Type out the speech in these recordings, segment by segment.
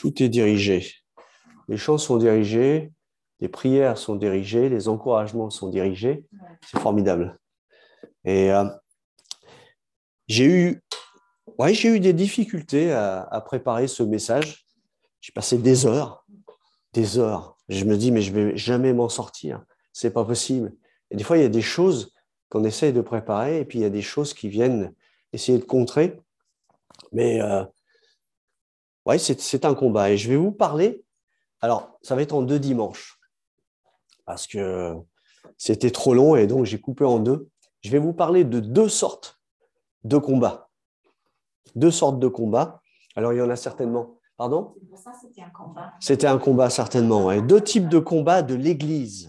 Tout est dirigé. Les chants sont dirigés, les prières sont dirigées, les encouragements sont dirigés. C'est formidable. Et j'ai eu des difficultés à préparer ce message. J'ai passé des heures. Je me dis, mais je ne vais jamais m'en sortir. C'est pas possible. Et des fois, il y a des choses qu'on essaye de préparer et puis il y a des choses qui viennent essayer de contrer. Mais c'est un combat. Et je vais vous parler. Alors, ça va être en 2 dimanches parce que c'était trop long et donc j'ai coupé en 2. Je vais vous parler de 2 sortes de combats. 2 sortes de combats. Alors, il y en a certainement. Pardon ? C'est pour ça que c'était un combat. C'était un combat, certainement. Ouais. 2 types de combats de l'Église.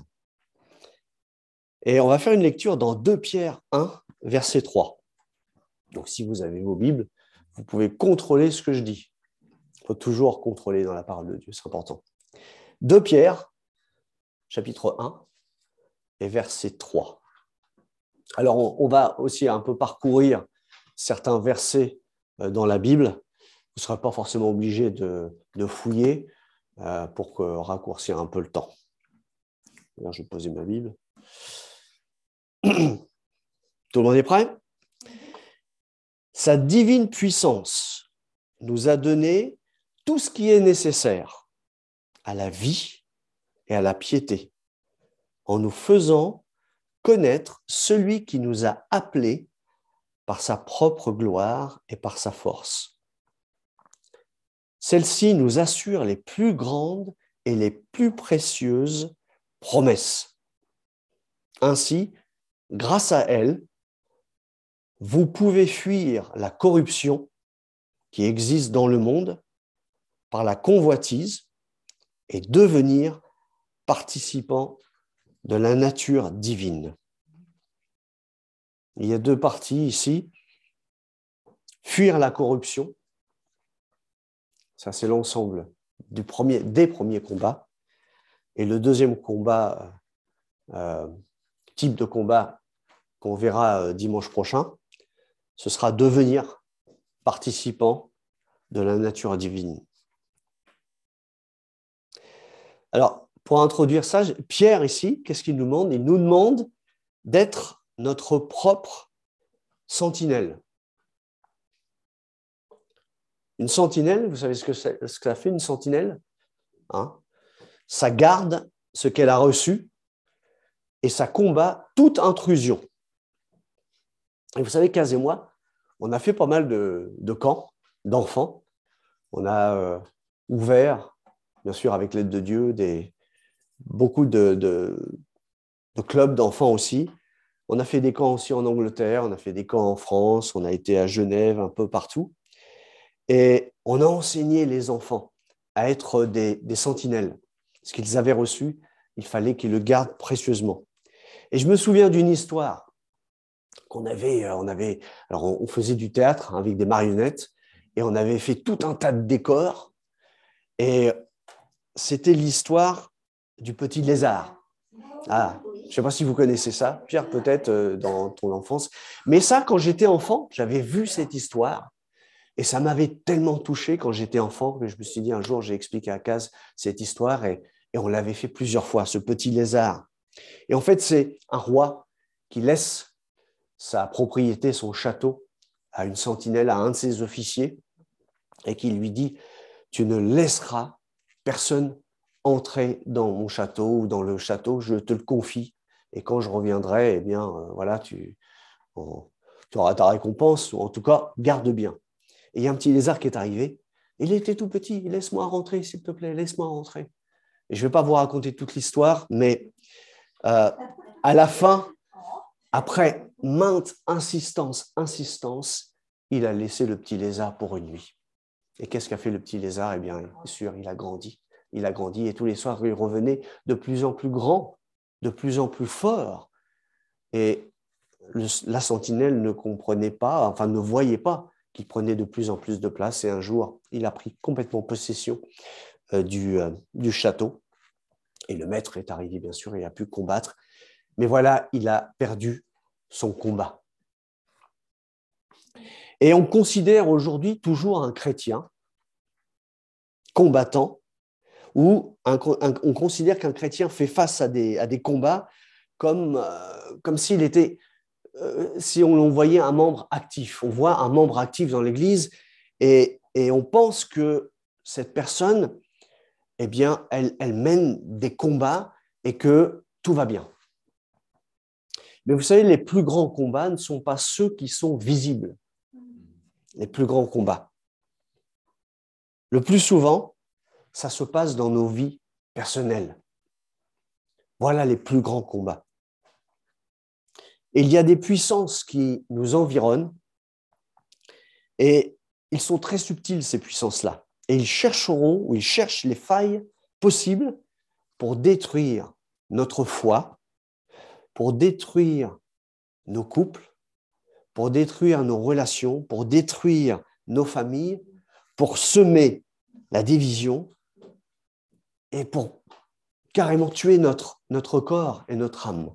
Et on va faire une lecture dans 2 Pierre 1, verset 3. Donc, si vous avez vos Bibles, vous pouvez contrôler ce que je dis. Il faut toujours contrôler dans la parole de Dieu, c'est important. 2 Pierre, chapitre 1, et verset 3. Alors, on va aussi un peu parcourir certains versets dans la Bible. Vous ne serez pas forcément obligé de fouiller pour raccourcir un peu le temps. Alors, je vais poser ma Bible. Tout le monde est prêt ? Sa divine puissance nous a donné tout ce qui est nécessaire à la vie et à la piété, en nous faisant connaître celui qui nous a appelés par sa propre gloire et par sa force. Celle-ci nous assure les plus grandes et les plus précieuses promesses. Ainsi, grâce à elle, vous pouvez fuir la corruption qui existe dans le monde par la convoitise et devenir participant de la nature divine. Il y a 2 parties ici. Fuir la corruption, ça c'est l'ensemble des premiers combats. Et le deuxième combat, type de combat qu'on verra dimanche prochain, ce sera devenir participant de la nature divine. Alors, pour introduire ça, Pierre ici, qu'est-ce qu'il nous demande ? Il nous demande d'être notre propre sentinelle. Une sentinelle, vous savez ce que ça fait, une sentinelle ? Ça garde ce qu'elle a reçu et ça combat toute intrusion. Et vous savez, Kaz et moi, on a fait pas mal de camps d'enfants. On a ouvert, bien sûr, avec l'aide de Dieu, beaucoup de clubs d'enfants aussi. On a fait des camps aussi en Angleterre, on a fait des camps en France, on a été à Genève, un peu partout. Et on a enseigné les enfants à être des sentinelles. Ce qu'ils avaient reçu, il fallait qu'ils le gardent précieusement. Et je me souviens d'une histoire qu'on avait, alors on faisait du théâtre avec des marionnettes et on avait fait tout un tas de décors et c'était l'histoire du petit lézard. Ah, je ne sais pas si vous connaissez ça, Pierre, peut-être dans ton enfance. Mais ça, quand j'étais enfant, j'avais vu cette histoire et ça m'avait tellement touché quand j'étais enfant que je me suis dit un jour, j'ai expliqué à Kaz cette histoire et on l'avait fait plusieurs fois, ce petit lézard. Et en fait, c'est un roi qui laisse sa propriété, son château, à une sentinelle, à un de ses officiers, et qui lui dit « Tu ne laisseras personne entrer dans mon château ou dans le château, je te le confie, et quand je reviendrai, eh bien, voilà, tu auras ta récompense, ou en tout cas, garde bien. » Et il y a un petit lézard qui est arrivé, il était tout petit, « Laisse-moi rentrer, s'il te plaît, laisse-moi rentrer. » Et je ne vais pas vous raconter toute l'histoire, mais à la fin, après maintes insistance, il a laissé le petit lézard pour une nuit. Et qu'est-ce qu'a fait le petit lézard ? Eh bien, bien sûr, il a grandi. Il a grandi et tous les soirs, il revenait de plus en plus grand, de plus en plus fort. Et la sentinelle ne comprenait pas, enfin ne voyait pas qu'il prenait de plus en plus de place. Et un jour, il a pris complètement possession du château. Et le maître est arrivé, bien sûr, et a pu combattre. Mais voilà, il a perdu son combat. Et on considère aujourd'hui toujours un chrétien combattant, où on considère qu'un chrétien fait face à des combats comme s'il était, si on voyait un membre actif. On voit un membre actif dans l'Église et on pense que cette personne, eh bien, elle mène des combats et que tout va bien. Mais vous savez, les plus grands combats ne sont pas ceux qui sont visibles. Les plus grands combats. Le plus souvent, ça se passe dans nos vies personnelles. Voilà les plus grands combats. Et il y a des puissances qui nous environnent et ils sont très subtils, ces puissances-là. Et ils chercheront ou ils cherchent les failles possibles pour détruire notre foi, pour détruire nos couples, pour détruire nos relations, pour détruire nos familles, pour semer la division et pour carrément tuer notre corps et notre âme.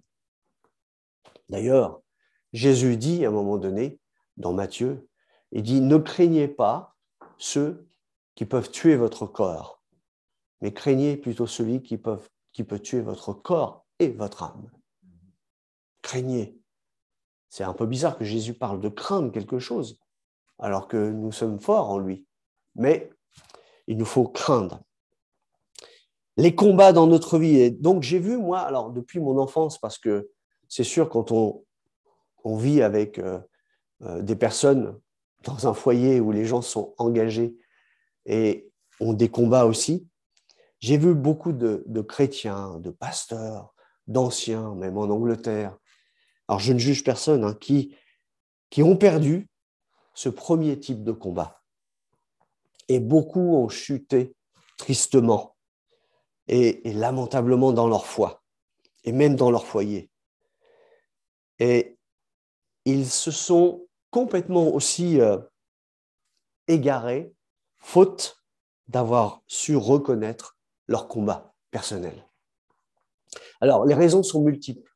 D'ailleurs, Jésus dit à un moment donné, dans Matthieu, il dit « Ne craignez pas ceux qui peuvent tuer votre corps, mais craignez plutôt celui qui peut tuer votre corps et votre âme. » Craignez. C'est un peu bizarre que Jésus parle de craindre quelque chose, alors que nous sommes forts en lui. Mais il nous faut craindre. Les combats dans notre vie. Et donc, j'ai vu, moi, alors depuis mon enfance, parce que c'est sûr, quand on vit avec des personnes dans un foyer où les gens sont engagés et ont des combats aussi, j'ai vu beaucoup de chrétiens, de pasteurs, d'anciens, même en Angleterre. Alors, je ne juge personne, hein, qui ont perdu ce premier type de combat. Et beaucoup ont chuté tristement et lamentablement dans leur foi, et même dans leur foyer. Et ils se sont complètement aussi égarés, faute d'avoir su reconnaître leur combat personnel. Alors, les raisons sont multiples.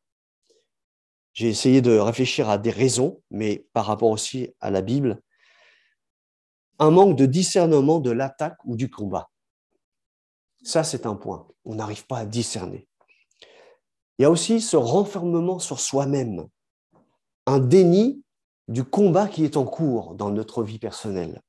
J'ai essayé de réfléchir à des raisons, mais par rapport aussi à la Bible. Un manque de discernement de l'attaque ou du combat. Ça, c'est un point. On n'arrive pas à discerner. Il y a aussi ce renfermement sur soi-même, un déni du combat qui est en cours dans notre vie personnelle.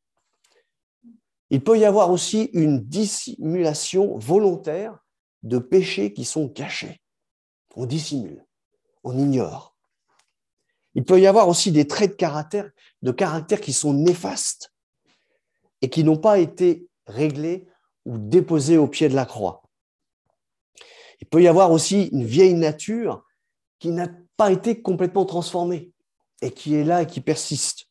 Il peut y avoir aussi une dissimulation volontaire de péchés qui sont cachés. On dissimule, on ignore. Il peut y avoir aussi des traits de caractère qui sont néfastes et qui n'ont pas été réglés ou déposés au pied de la croix. Il peut y avoir aussi une vieille nature qui n'a pas été complètement transformée et qui est là et qui persiste.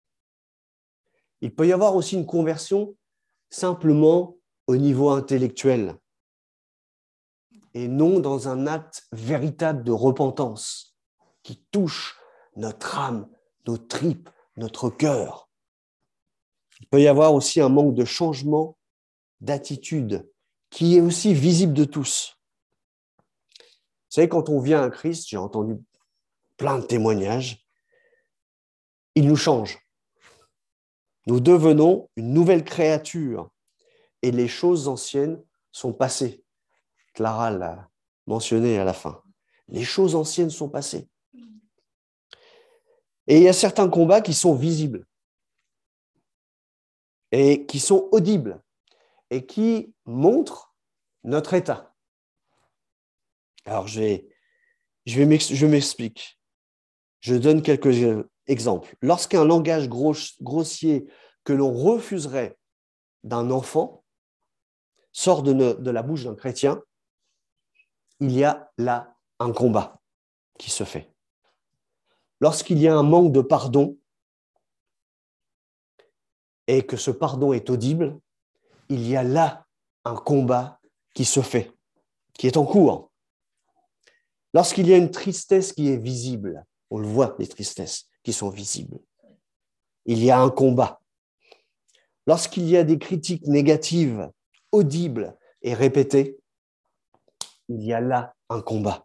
Il peut y avoir aussi une conversion simplement au niveau intellectuel et non dans un acte véritable de repentance qui touche notre âme, nos tripes, notre cœur. Il peut y avoir aussi un manque de changement d'attitude qui est aussi visible de tous. Vous savez, quand on vient à Christ, j'ai entendu plein de témoignages, il nous change. Nous devenons une nouvelle créature et les choses anciennes sont passées. Clara l'a mentionné à la fin. Les choses anciennes sont passées. Et il y a certains combats qui sont visibles et qui sont audibles et qui montrent notre état. Alors, je m'explique. Je donne quelques exemples. Lorsqu'un langage grossier que l'on refuserait d'un enfant sort de la bouche d'un chrétien, il y a là un combat qui se fait. Lorsqu'il y a un manque de pardon et que ce pardon est audible, il y a là un combat qui se fait, qui est en cours. Lorsqu'il y a une tristesse qui est visible, on le voit, les tristesses qui sont visibles, il y a un combat. Lorsqu'il y a des critiques négatives, audibles et répétées, il y a là un combat.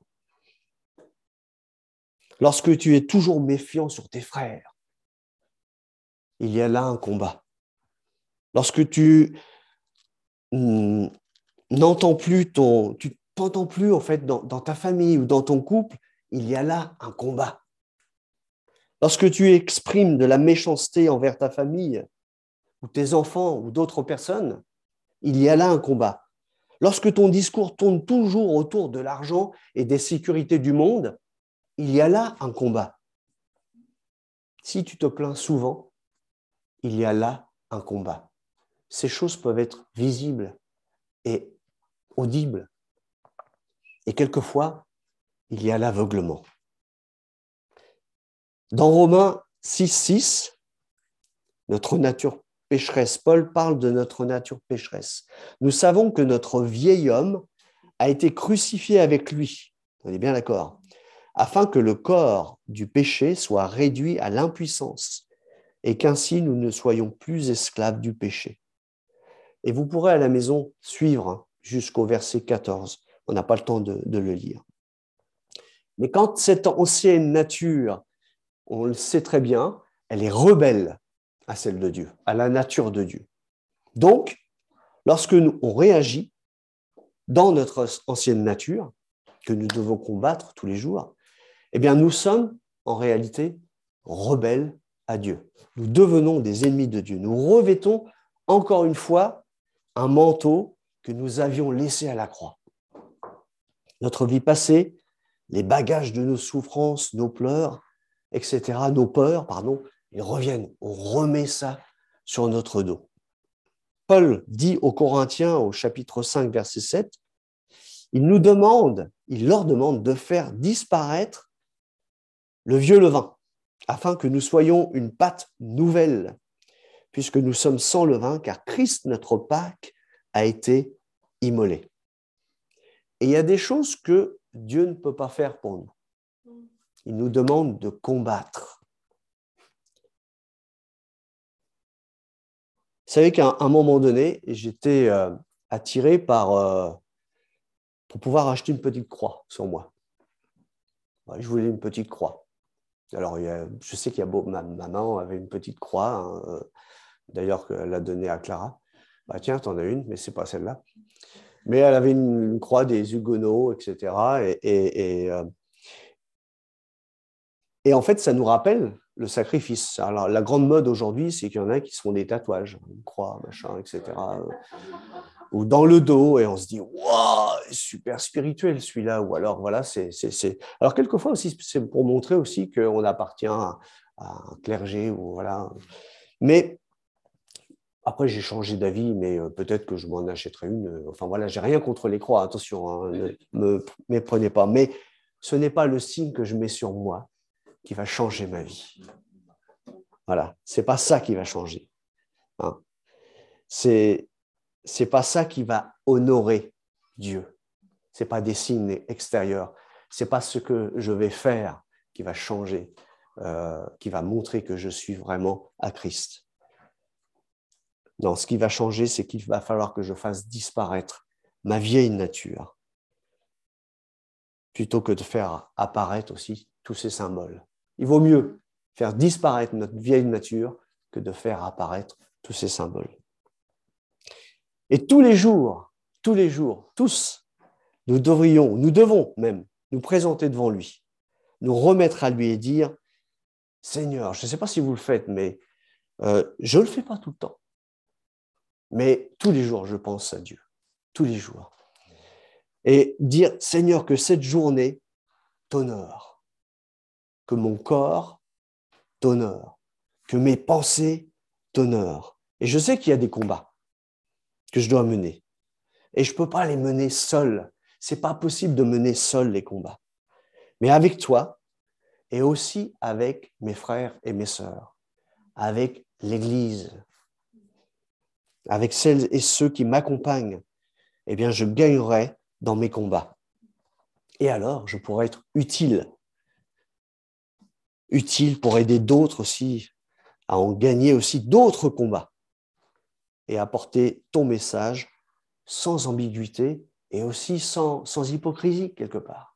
Lorsque tu es toujours méfiant sur tes frères, il y a là un combat. Lorsque tu n'entends plus tu t'entends plus en fait dans ta famille ou dans ton couple, il y a là un combat. Lorsque tu exprimes de la méchanceté envers ta famille ou tes enfants ou d'autres personnes, il y a là un combat. Lorsque ton discours tourne toujours autour de l'argent et des sécurités du monde, il y a là un combat. Si tu te plains souvent, il y a là un combat. Ces choses peuvent être visibles et audibles. Et quelquefois, il y a l'aveuglement. Dans Romains 6,6, notre nature pécheresse, Paul parle de notre nature pécheresse. Nous savons que notre vieil homme a été crucifié avec lui. On est bien d'accord, afin que le corps du péché soit réduit à l'impuissance et qu'ainsi nous ne soyons plus esclaves du péché. Et vous pourrez à la maison suivre jusqu'au verset 14. On n'a pas le temps de le lire. Mais quand cette ancienne nature, on le sait très bien, elle est rebelle à celle de Dieu, à la nature de Dieu. Donc, lorsque on réagit dans notre ancienne nature, que nous devons combattre tous les jours, eh bien, nous sommes en réalité rebelles à Dieu. Nous devenons des ennemis de Dieu. Nous revêtons encore une fois un manteau que nous avions laissé à la croix. Notre vie passée, les bagages de nos souffrances, nos pleurs, etc., nos peurs, pardon, ils reviennent. On remet ça sur notre dos. Paul dit aux Corinthiens au chapitre 5, verset 7, il leur demande de faire disparaître le vieux levain, afin que nous soyons une pâte nouvelle, puisque nous sommes sans levain, car Christ, notre Pâque, a été immolé. Et il y a des choses que Dieu ne peut pas faire pour nous. Il nous demande de combattre. Vous savez qu'à un moment donné, j'étais attiré pour pouvoir acheter une petite croix sur moi. Je voulais une petite croix. Alors, je sais qu'il y a ma maman avait une petite croix, hein, d'ailleurs, qu'elle l'a donnée à Clara. Bah, tiens, t'en as une, mais c'est pas celle-là. Mais elle avait une croix des Huguenots, etc. Et en fait, ça nous rappelle le sacrifice. Alors, la grande mode aujourd'hui, c'est qu'il y en a qui se font des tatouages, une croix, machin, etc. Ou dans le dos, et on se dit, waouh, super spirituel celui-là. Ou alors, voilà, Alors, quelquefois aussi, c'est pour montrer aussi qu'on appartient à un clergé, ou voilà. Mais après, j'ai changé d'avis, mais peut-être que je m'en achèterai une. Enfin, voilà, j'ai rien contre les croix, attention, hein, ne me méprenez pas. Mais ce n'est pas le signe que je mets sur moi qui va changer ma vie. Voilà, c'est pas ça qui va changer. Hein. C'est pas ça qui va honorer Dieu. C'est pas des signes extérieurs. C'est pas ce que je vais faire qui va changer, qui va montrer que je suis vraiment à Christ. Non, ce qui va changer, c'est qu'il va falloir que je fasse disparaître ma vieille nature, plutôt que de faire apparaître aussi tous ces symboles. Il vaut mieux faire disparaître notre vieille nature que de faire apparaître tous ces symboles. Et tous les jours, tous, nous devons même nous présenter devant lui, nous remettre à lui et dire, Seigneur, je ne sais pas si vous le faites, mais je ne le fais pas tout le temps. Mais tous les jours, je pense à Dieu. Tous les jours. Et dire, Seigneur, que cette journée t'honore, que mon corps t'honore, que mes pensées t'honorent. Et je sais qu'il y a des combats que je dois mener. Et je ne peux pas les mener seul. Ce n'est pas possible de mener seul les combats. Mais avec toi, et aussi avec mes frères et mes sœurs, avec l'Église, avec celles et ceux qui m'accompagnent, eh bien, je gagnerai dans mes combats. Et alors, je pourrai être utile pour aider d'autres aussi à en gagner aussi d'autres combats et apporter ton message sans ambiguïté et aussi sans hypocrisie quelque part.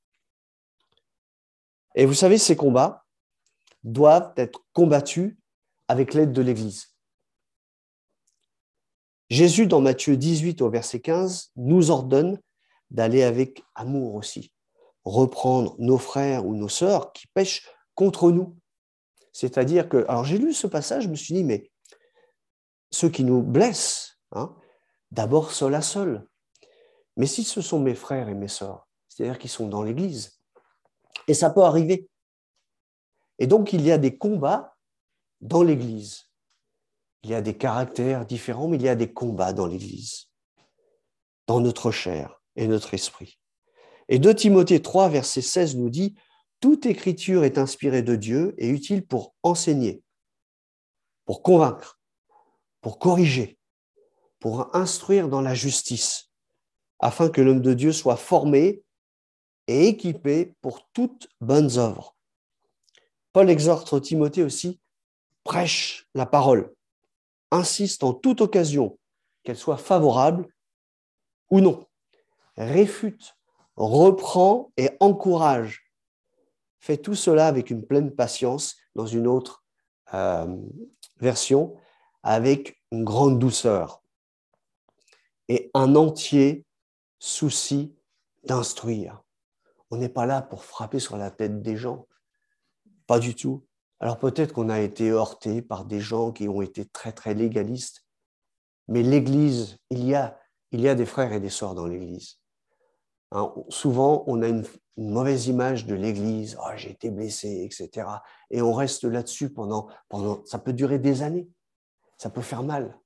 Et vous savez, ces combats doivent être combattus avec l'aide de l'Église. Jésus, dans Matthieu 18 au verset 15, nous ordonne d'aller avec amour aussi, reprendre nos frères ou nos sœurs qui pêchent contre nous. C'est-à-dire que, alors j'ai lu ce passage, je me suis dit, mais ceux qui nous blessent, d'abord seul à seul. Mais si ce sont mes frères et mes sœurs, c'est-à-dire qu'ils sont dans l'Église, et ça peut arriver. Et donc, il y a des combats dans l'Église. Il y a des caractères différents, mais il y a des combats dans l'Église, dans notre chair et notre esprit. Et 2 Timothée 3, verset 16 nous dit « Toute écriture est inspirée de Dieu et utile pour enseigner, pour convaincre, pour corriger, pour instruire dans la justice, afin que l'homme de Dieu soit formé et équipé pour toutes bonnes œuvres. » Paul exhorte Timothée aussi « Prêche la parole, insiste en toute occasion, qu'elle soit favorable ou non, réfute, reprend et encourage. Fais tout cela avec une pleine patience, dans une autre version, avec une grande douceur et un entier souci d'instruire. On n'est pas là pour frapper sur la tête des gens, pas du tout. Alors peut-être qu'on a été heurté par des gens qui ont été très très légalistes, mais l'Église, il y a des frères et des sœurs dans l'Église. Souvent, on a une mauvaise image de l'Église, oh, j'ai été blessé, etc. Et on reste là-dessus pendant, ça peut durer des années, ça peut faire mal.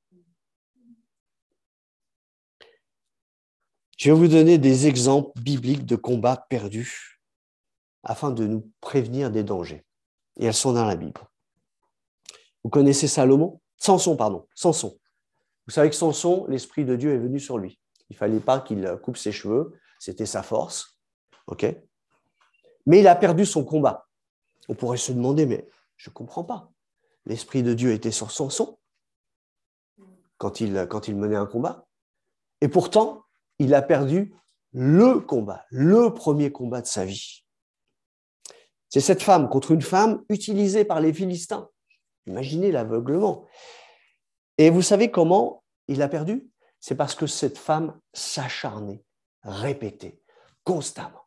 Je vais vous donner des exemples bibliques de combats perdus afin de nous prévenir des dangers. Et elles sont dans la Bible. Vous connaissez Samson. Vous savez que Samson, l'Esprit de Dieu est venu sur lui. Il ne fallait pas qu'il coupe ses cheveux, c'était sa force. Okay, mais il a perdu son combat. On pourrait se demander, mais je ne comprends pas. L'Esprit de Dieu était sur Samson quand il menait un combat. Et pourtant, il a perdu le combat, le premier combat de sa vie. C'est cette femme contre une femme utilisée par les Philistins. Imaginez l'aveuglement. Et vous savez comment il a perdu? C'est parce que cette femme s'acharnait, répétait, constamment.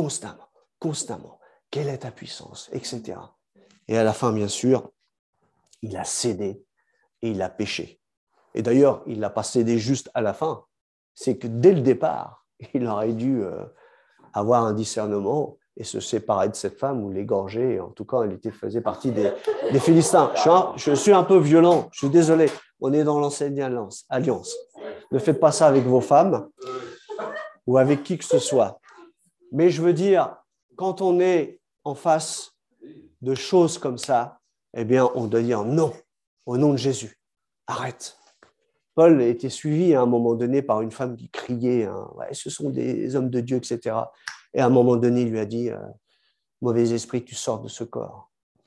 Quelle est ta puissance, etc. Et à la fin, bien sûr, il a cédé et il a péché. Et d'ailleurs, il ne l'a pas cédé juste à la fin. C'est que dès le départ, il aurait dû avoir un discernement et se séparer de cette femme ou l'égorger. En tout cas, elle faisait partie des Philistins. Je suis un peu violent, je suis désolé. On est dans l'ancienne alliance. Ne faites pas ça avec vos femmes ou avec qui que ce soit. Mais je veux dire, quand on est en face de choses comme ça, eh bien, on doit dire non, au nom de Jésus. Arrête. Paul a été suivi à un moment donné par une femme qui criait, ouais, ce sont des hommes de Dieu, etc. Et à un moment donné, il lui a dit, mauvais esprit, tu sors de ce corps.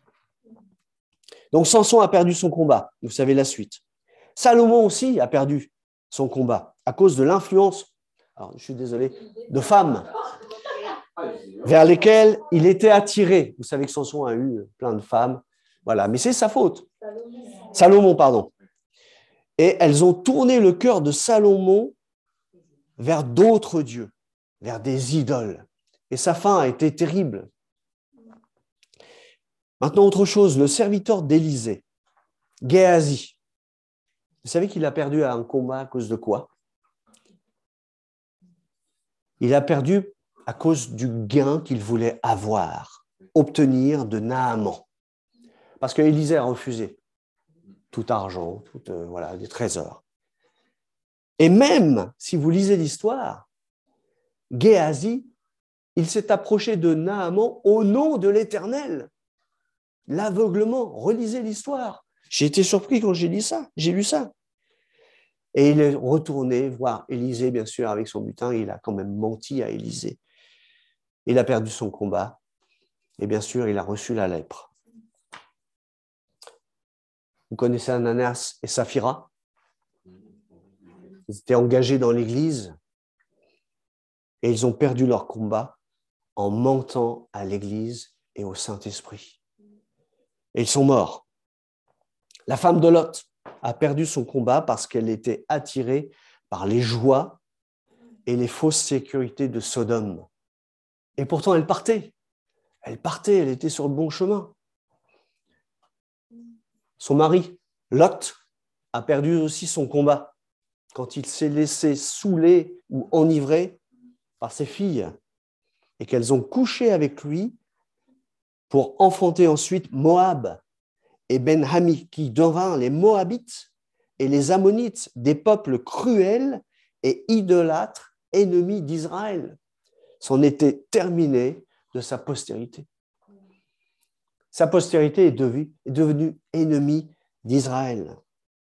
Donc Samson a perdu son combat. Vous savez la suite. Salomon aussi a perdu son combat à cause de l'influence, alors je suis désolé, de femmes vers lesquelles il était attiré. Vous savez que Samson a eu plein de femmes. Voilà, mais c'est sa faute. Salomon, pardon. Et elles ont tourné le cœur de Salomon vers d'autres dieux, vers des idoles. Et sa fin a été terrible. Maintenant, autre chose, le serviteur d'Élisée, Géasi. Vous savez qu'il a perdu un combat à cause de quoi? Il a perdu à cause du gain qu'il voulait obtenir de Naaman. Parce qu'Élisée a refusé tout argent, des trésors. Et même si vous lisez l'histoire, Géasi, il s'est approché de Naaman au nom de l'Éternel. L'aveuglement, relisez l'histoire. J'ai été surpris quand j'ai lu ça. Et il est retourné voir Élisée, bien sûr, avec son butin. Il a quand même menti à Élisée. Il a perdu son combat. Et bien sûr, il a reçu la lèpre. Vous connaissez Ananias et Saphira? Ils étaient engagés dans l'Église et ils ont perdu leur combat en mentant à l'Église et au Saint-Esprit. Et ils sont morts. La femme de Lot, a perdu son combat parce qu'elle était attirée par les joies et les fausses sécurités de Sodome. Et pourtant, elle partait. Elle était sur le bon chemin. Son mari, Lot, a perdu aussi son combat quand il s'est laissé saouler ou enivrer par ses filles et qu'elles ont couché avec lui pour enfanter ensuite Moab et Ben-Hami, qui devinrent les Moabites et les Ammonites, des peuples cruels et idolâtres, ennemis d'Israël. C'en était terminé de sa postérité. Sa postérité est devenue ennemie d'Israël.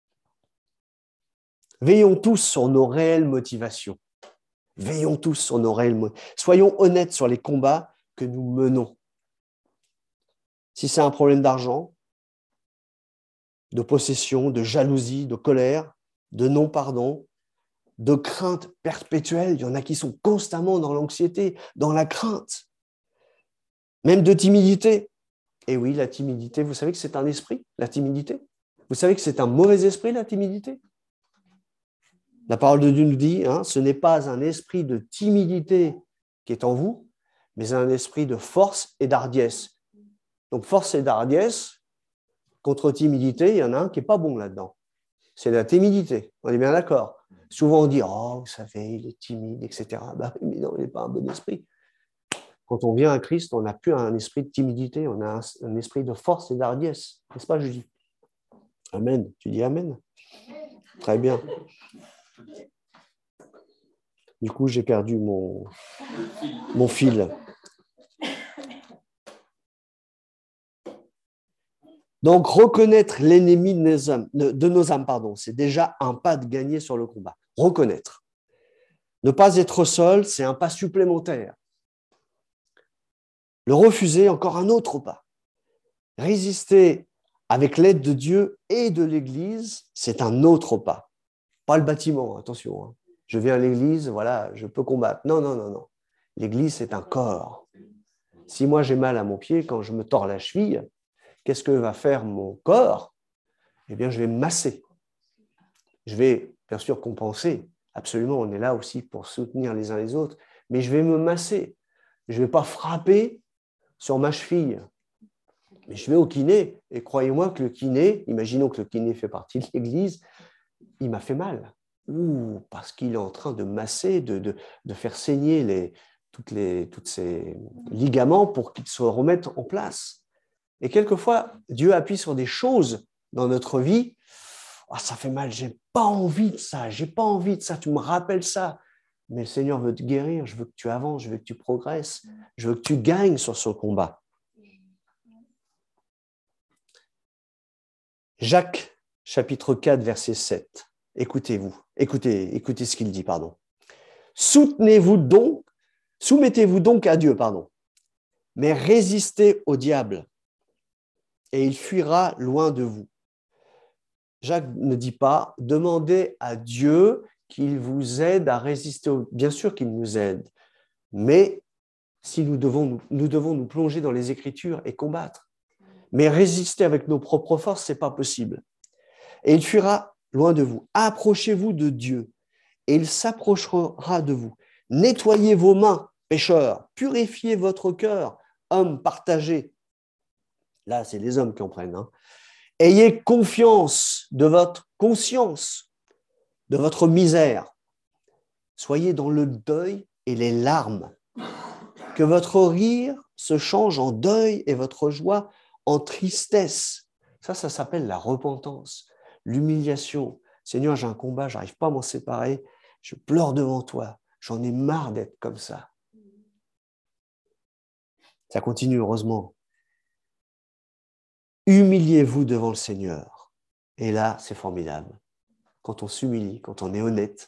Veillons tous sur nos réelles motivations. Veillons tous sur nos réelles motivations. Soyons honnêtes sur les combats que nous menons. Si c'est un problème d'argent, de possession, de jalousie, de colère, de non-pardon, de crainte perpétuelle, il y en a qui sont constamment dans l'anxiété, dans la crainte, même de timidité. Et oui, la timidité, vous savez que c'est un esprit, la timidité. Vous savez que c'est un mauvais esprit, la timidité. La parole de Dieu nous dit, ce n'est pas un esprit de timidité qui est en vous, mais un esprit de force et d'hardiesse. Donc, force et d'hardiesse, contre timidité, il y en a un qui n'est pas bon là-dedans. C'est la timidité, on est bien d'accord. Souvent, on dit, oh, vous savez, il est timide, etc. Ben, mais non, il n'est pas un bon esprit. Quand on vient à Christ, on n'a plus un esprit de timidité, on a un esprit de force et d'hardiesse. N'est-ce pas, Julie? Amen. Tu dis Amen? Très bien. Du coup, j'ai perdu mon fil. Donc, reconnaître l'ennemi de nos âmes, c'est déjà un pas de gagner sur le combat. Reconnaître. Ne pas être seul, c'est un pas supplémentaire. Le refuser, encore un autre pas. Résister avec l'aide de Dieu et de l'Église, c'est un autre pas. Pas le bâtiment, attention. Je viens à l'Église, voilà, je peux combattre. Non. L'Église, c'est un corps. Si moi j'ai mal à mon pied, quand je me tords la cheville, qu'est-ce que va faire mon corps? Eh bien, je vais me masser. Je vais, bien sûr, compenser. Absolument, on est là aussi pour soutenir les uns les autres. Mais je vais me masser. Je ne vais pas frapper sur ma cheville. Mais je vais au kiné. Et croyez-moi que le kiné, imaginons que le kiné fait partie de l'Église, il m'a fait mal. Parce qu'il est en train de masser, de faire saigner tous ces ligaments pour qu'ils se remettent en place. Et quelquefois, Dieu appuie sur des choses dans notre vie. Ça fait mal, j'ai pas envie de ça, tu me rappelles ça. Mais le Seigneur veut te guérir, je veux que tu avances, je veux que tu progresses, je veux que tu gagnes sur ce combat. Jacques, chapitre 4, verset 7. Écoutez ce qu'il dit, pardon. Soumettez-vous donc à Dieu, mais résistez au diable, et il fuira loin de vous. Jacques ne dit pas, demandez à Dieu qu'il vous aide à résister. Bien sûr qu'il nous aide, mais si nous devons nous plonger dans les Écritures et combattre. Mais résister avec nos propres forces, ce n'est pas possible. Et il fuira loin de vous. Approchez-vous de Dieu, et il s'approchera de vous. Nettoyez vos mains, pécheurs. Purifiez votre cœur, hommes partagés. Là, c'est les hommes qui en prennent. Ayez confiance de votre conscience, de votre misère. Soyez dans le deuil et les larmes. Que votre rire se change en deuil et votre joie en tristesse. Ça s'appelle la repentance, l'humiliation. Seigneur, j'ai un combat, je n'arrive pas à m'en séparer. Je pleure devant toi. J'en ai marre d'être comme ça. Ça continue, heureusement. Humiliez-vous devant le Seigneur. Et là, c'est formidable. Quand on s'humilie, quand on est honnête,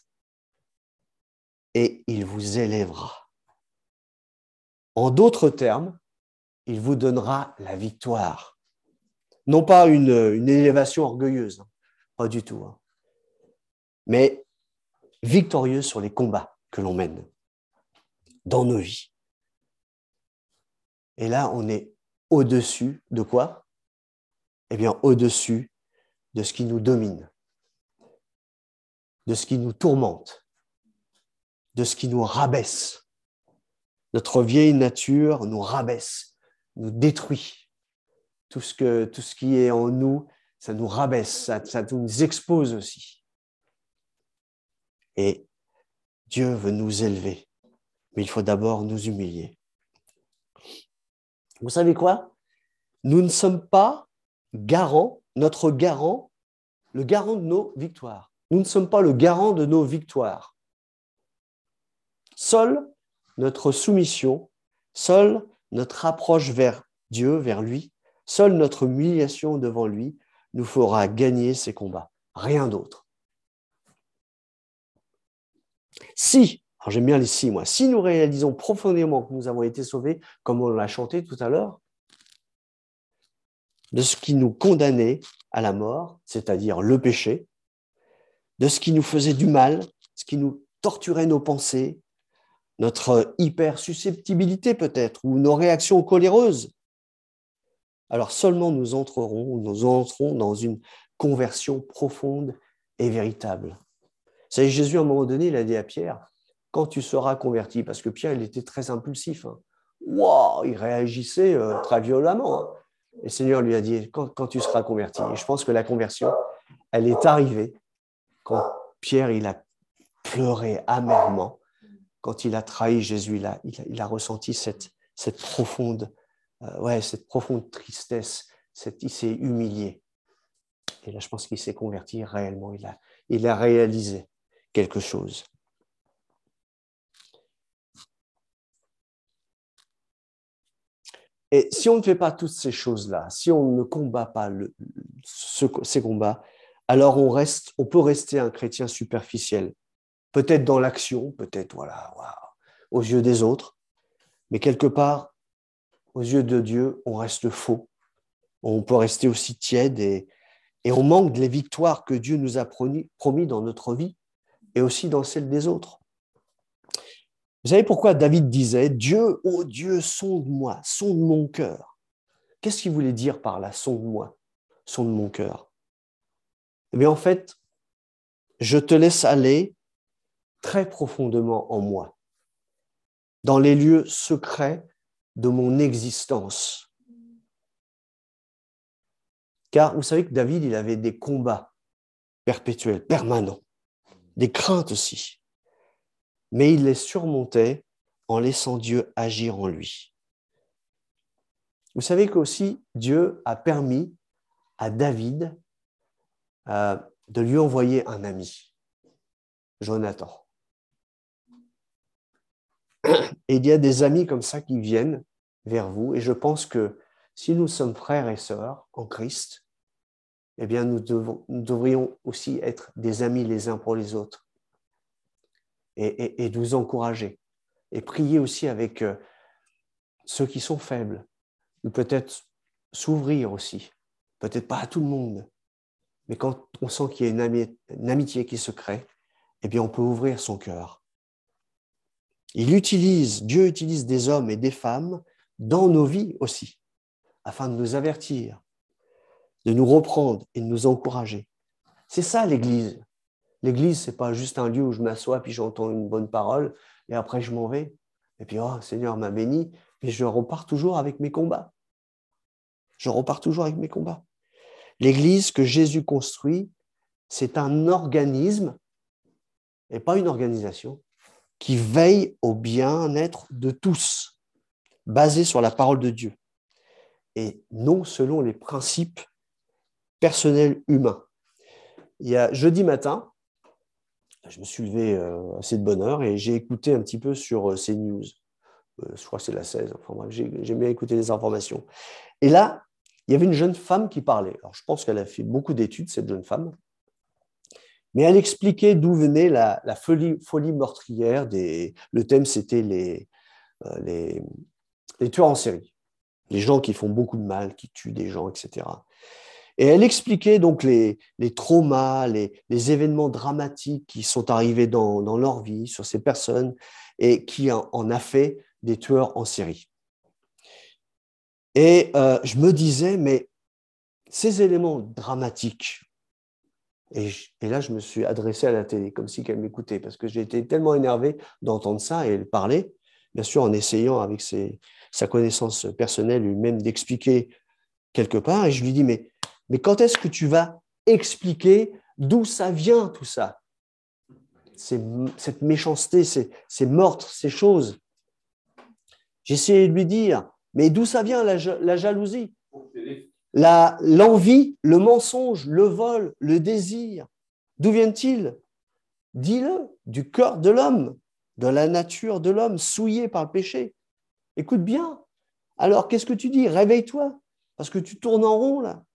et il vous élèvera. En d'autres termes, il vous donnera la victoire. Non pas une élévation orgueilleuse, pas du tout, mais victorieuse sur les combats que l'on mène dans nos vies. Et là, on est au-dessus de quoi? Eh bien, au-dessus de ce qui nous domine, de ce qui nous tourmente, de ce qui nous rabaisse. Notre vieille nature nous rabaisse, nous détruit. Tout ce qui est en nous, ça nous rabaisse, ça nous expose aussi. Et Dieu veut nous élever, mais il faut d'abord nous humilier. Vous savez quoi? Nous ne sommes pas garants, notre garant, le garant de nos victoires. Nous ne sommes pas le garant de nos victoires. Seule notre soumission, seule notre approche vers Dieu, vers lui, seule notre humiliation devant lui nous fera gagner ces combats. Rien d'autre. Si, alors j'aime bien les si, moi, si nous réalisons profondément que nous avons été sauvés, comme on l'a chanté tout à l'heure, de ce qui nous condamnait à la mort, c'est-à-dire le péché, de ce qui nous faisait du mal, ce qui nous torturait nos pensées, notre hyper-susceptibilité peut-être, ou nos réactions coléreuses, alors seulement nous entrerons dans une conversion profonde et véritable. Vous savez, Jésus, à un moment donné, il a dit à Pierre, quand tu seras converti, parce que Pierre, il était très impulsif, wow, il réagissait très violemment. Et le Seigneur lui a dit, quand tu seras converti. Et je pense que la conversion, elle est arrivée quand Pierre, il a pleuré amèrement. Quand il a trahi Jésus, il a ressenti cette profonde tristesse, il s'est humilié. Et là, je pense qu'il s'est converti réellement. Il a réalisé quelque chose. Et si on ne fait pas toutes ces choses-là, si on ne combat pas ces combats, alors on peut rester un chrétien superficiel. Peut-être dans l'action, peut-être aux yeux des autres, mais quelque part, aux yeux de Dieu, on reste faux. On peut rester aussi tiède et on manque les victoires que Dieu nous a promis dans notre vie et aussi dans celle des autres. Vous savez pourquoi David disait « Dieu, oh Dieu, sonde-moi, sonde mon cœur ». Qu'est-ce qu'il voulait dire par là, sonde-moi, sonde mon cœur? Eh bien, en fait, je te laisse aller très profondément en moi, dans les lieux secrets de mon existence. Car vous savez que David, il avait des combats perpétuels, permanents, des craintes aussi. Mais il les surmontait en laissant Dieu agir en lui. Vous savez qu'aussi, Dieu a permis à David de lui envoyer un ami, Jonathan. Et il y a des amis comme ça qui viennent vers vous, et je pense que si nous sommes frères et sœurs en Christ, eh bien nous devrions aussi être des amis les uns pour les autres et nous encourager et prier aussi avec ceux qui sont faibles ou peut-être s'ouvrir aussi, peut-être pas à tout le monde, mais quand on sent qu'il y a une amitié qui se crée, eh bien on peut ouvrir son cœur. Dieu utilise des hommes et des femmes dans nos vies aussi, afin de nous avertir, de nous reprendre et de nous encourager. C'est ça l'Église. L'Église, ce n'est pas juste un lieu où je m'assois, puis j'entends une bonne parole, et après je m'en vais. Et puis, oh, Seigneur m'a béni, mais je repars toujours avec mes combats. L'Église que Jésus construit, c'est un organisme, et pas une organisation, qui veille au bien-être de tous, basé sur la parole de Dieu, et non selon les principes personnels humains. Il y a jeudi matin, je me suis levé assez de bonne heure et j'ai écouté un petit peu sur CNews. Je crois que c'est la 16. Enfin bref, j'ai bien écouté les informations. Et là, il y avait une jeune femme qui parlait. Alors, je pense qu'elle a fait beaucoup d'études, cette jeune femme. Mais elle expliquait d'où venait la folie meurtrière. Le thème, c'était les tueurs en série. Les gens qui font beaucoup de mal, qui tuent des gens, etc. Et elle expliquait donc les traumas, les événements dramatiques qui sont arrivés dans leur vie, sur ces personnes, et qui en a fait des tueurs en série. Et je me disais, mais ces éléments dramatiques, Et là, je me suis adressé à la télé, comme si elle m'écoutait, parce que j'ai été tellement énervé d'entendre ça et elle parler, bien sûr en essayant avec sa connaissance personnelle lui-même d'expliquer quelque part. Et je lui dis, mais quand est-ce que tu vas expliquer d'où ça vient tout ça? Cette méchanceté, ces meurtres, ces choses. J'ai essayé de lui dire, mais d'où ça vient la jalousie, l'envie, le mensonge, le vol, le désir? D'où viennent-ils? Dis-le, du cœur de l'homme, de la nature de l'homme, souillé par le péché. Écoute bien. Alors, qu'est-ce que tu dis? Réveille-toi, parce que tu tournes en rond, là.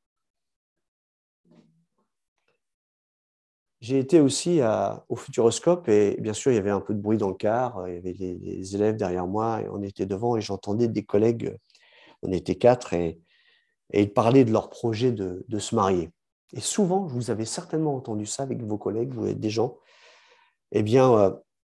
J'ai été aussi au Futuroscope et bien sûr, il y avait un peu de bruit dans le car. Il y avait les élèves derrière moi et on était devant et j'entendais des collègues, on était 4 et ils parlaient de leur projet de se marier. Et souvent, vous avez certainement entendu ça avec vos collègues, vous êtes des gens, eh bien,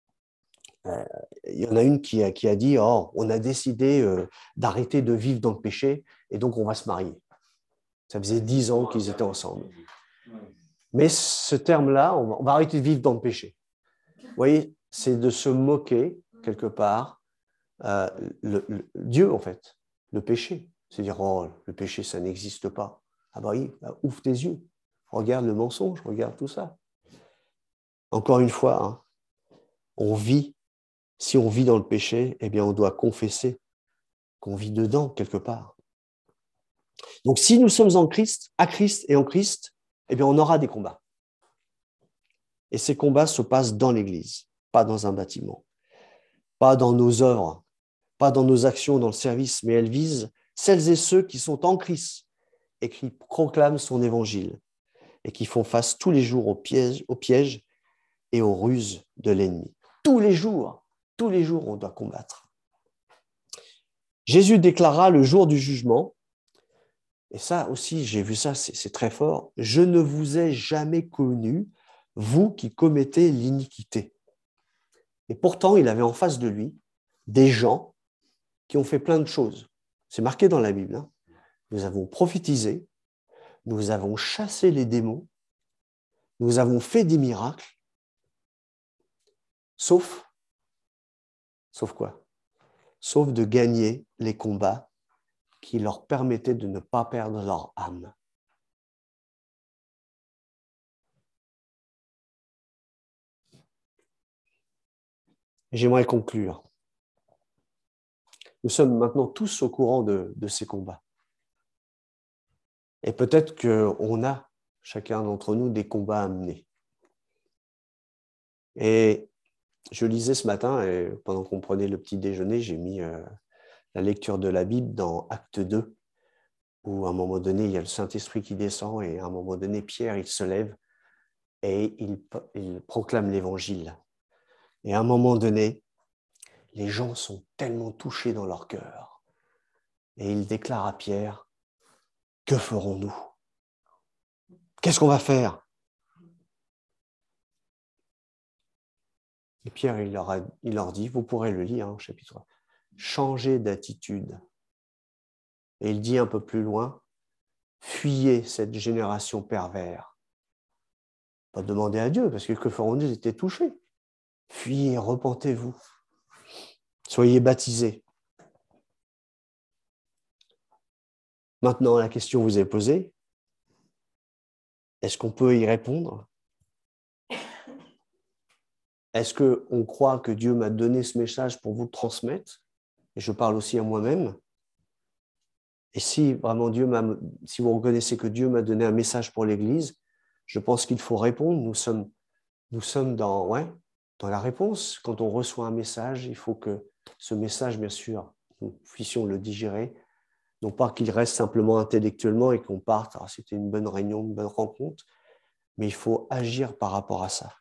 il y en a une qui a dit, oh, on a décidé d'arrêter de vivre dans le péché et donc on va se marier. Ça faisait 10 ans qu'ils étaient ensemble. Mais ce terme-là, on va arrêter de vivre dans le péché. Vous voyez, c'est de se moquer, quelque part, Dieu, en fait, le péché. C'est dire, oh, le péché, ça n'existe pas. Ah bah oui, bah, ouvre tes yeux. Regarde le mensonge, regarde tout ça. Encore une fois, hein, si on vit dans le péché, eh bien, on doit confesser qu'on vit dedans, quelque part. Donc, si nous sommes en Christ, à Christ et en Christ, eh bien, on aura des combats. Et ces combats se passent dans l'Église, pas dans un bâtiment, pas dans nos œuvres, pas dans nos actions, dans le service, mais elles visent celles et ceux qui sont en Christ et qui proclament son évangile et qui font face tous les jours aux pièges et aux ruses de l'ennemi. Tous les jours, on doit combattre. Jésus déclara le jour du jugement, et ça aussi, j'ai vu ça, c'est très fort, « Je ne vous ai jamais connu, vous qui commettez l'iniquité. » Et pourtant, il avait en face de lui des gens qui ont fait plein de choses. C'est marqué dans la Bible. Hein. Nous avons prophétisé, nous avons chassé les démons, nous avons fait des miracles, sauf quoi? Sauf de gagner les combats qui leur permettaient de ne pas perdre leur âme. J'aimerais conclure. Nous sommes maintenant tous au courant de ces combats. Et peut-être qu'on a, chacun d'entre nous, des combats à mener. Et je lisais ce matin, et pendant qu'on prenait le petit déjeuner, j'ai mis la lecture de la Bible dans Acte 2, où à un moment donné, il y a le Saint-Esprit qui descend, et à un moment donné, Pierre, il se lève, et il proclame l'Évangile. Et à un moment donné, les gens sont tellement touchés dans leur cœur. Et il déclare à Pierre, « Que ferons-nous? Qu'est-ce qu'on va faire ?» Et Pierre, il leur dit, vous pourrez le lire au chapitre 3, « Changez d'attitude. » Et il dit un peu plus loin, « Fuyez cette génération pervers. » Pas demander à Dieu, parce que ferons-nous? Ils étaient touchés. Fuyez, repentez-vous. Soyez baptisés. Maintenant, la question vous est posée. Est-ce qu'on peut y répondre? Est-ce qu'on croit que Dieu m'a donné ce message pour vous le transmettre? Et je parle aussi à moi-même. Et si vraiment si vous reconnaissez que Dieu m'a donné un message pour l'Église, je pense qu'il faut répondre. Nous sommes dans la réponse. Quand on reçoit un message, il faut que ce message, bien sûr, nous puissions le digérer. Non pas qu'il reste simplement intellectuellement et qu'on parte, alors c'était une bonne réunion, une bonne rencontre, mais il faut agir par rapport à ça.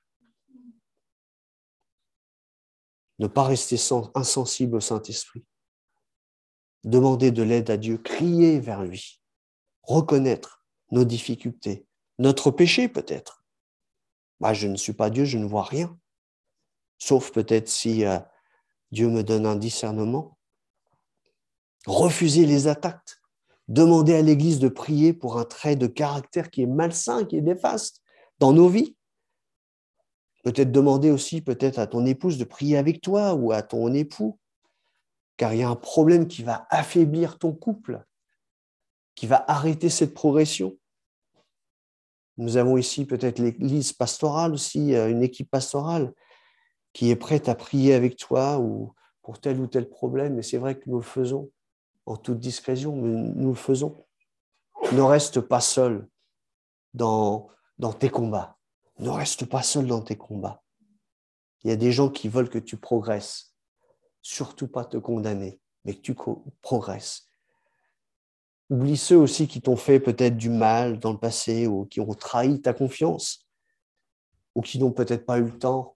Ne pas rester insensible au Saint-Esprit. Demander de l'aide à Dieu, crier vers lui, reconnaître nos difficultés, notre péché peut-être. Je ne suis pas Dieu, je ne vois rien. Sauf peut-être si Dieu me donne un discernement. Refuser les attaques. Demander à l'Église de prier pour un trait de caractère qui est malsain, qui est néfaste dans nos vies. Peut-être demander aussi peut-être à ton épouse de prier avec toi ou à ton époux, car il y a un problème qui va affaiblir ton couple, qui va arrêter cette progression. Nous avons ici peut-être l'église pastorale aussi, une équipe pastorale qui est prête à prier avec toi ou pour tel ou tel problème. Et c'est vrai que nous le faisons en toute discrétion, mais nous le faisons. Ne reste pas seul dans tes combats. Ne reste pas seul dans tes combats. Il y a des gens qui veulent que tu progresses. Surtout pas te condamner, mais que tu progresses. Oublie ceux aussi qui t'ont fait peut-être du mal dans le passé ou qui ont trahi ta confiance ou qui n'ont peut-être pas eu le temps.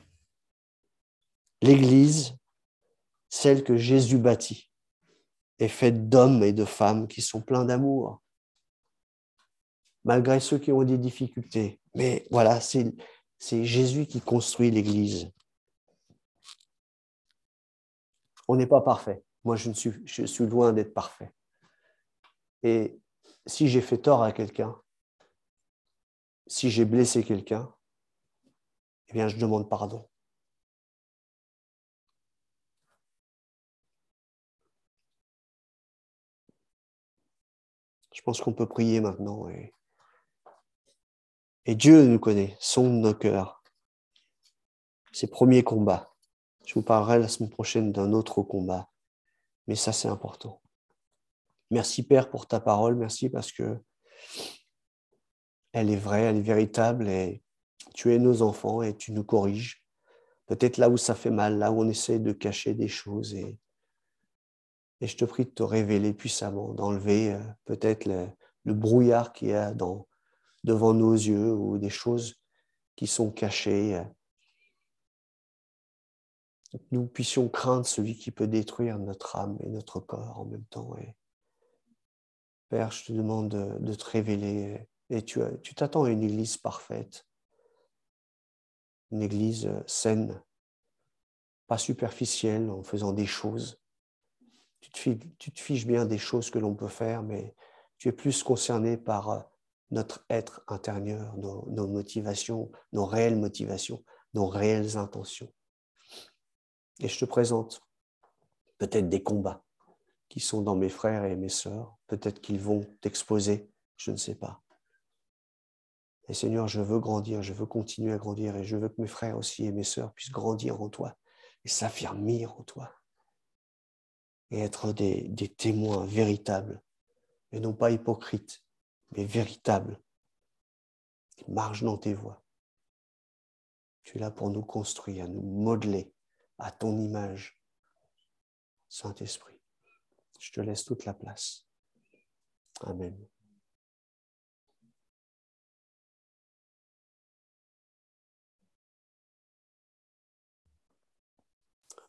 L'Église, celle que Jésus bâtit, est faite d'hommes et de femmes qui sont pleins d'amour, malgré ceux qui ont des difficultés. Mais voilà, c'est Jésus qui construit l'Église. On n'est pas parfait. Moi, je suis loin d'être parfait. Et si j'ai fait tort à quelqu'un, si j'ai blessé quelqu'un, eh bien, je demande pardon. Je pense qu'on peut prier maintenant. Et Dieu nous connaît, sonde nos cœurs. Ses premiers combats. Je vous parlerai la semaine prochaine d'un autre combat. Mais ça, c'est important. Merci, Père, pour ta parole. Merci parce que elle est vraie, elle est véritable et tu es nos enfants et tu nous corriges. Peut-être là où ça fait mal, là où on essaie de cacher des choses. Et je te prie de te révéler puissamment, d'enlever peut-être le brouillard qu'il y a devant nos yeux ou des choses qui sont cachées. Que nous puissions craindre celui qui peut détruire notre âme et notre corps en même temps. Et Père, je te demande de te révéler et tu t'attends à une église parfaite, une église saine, pas superficielle en faisant des choses. Tu te fiches bien des choses que l'on peut faire, mais tu es plus concerné par notre être intérieur, nos motivations, nos réelles motivations, nos réelles intentions. Et je te présente peut-être des combats qui sont dans mes frères et mes sœurs. Peut-être qu'ils vont t'exposer, je ne sais pas. Et Seigneur, je veux grandir, je veux continuer à grandir et je veux que mes frères aussi et mes sœurs puissent grandir en toi et s'affirmir en toi et être des témoins véritables et non pas hypocrites, mais véritables qui marchent dans tes voies. Tu es là pour nous construire, nous modeler à ton image, Saint-Esprit. Je te laisse toute la place. Amen.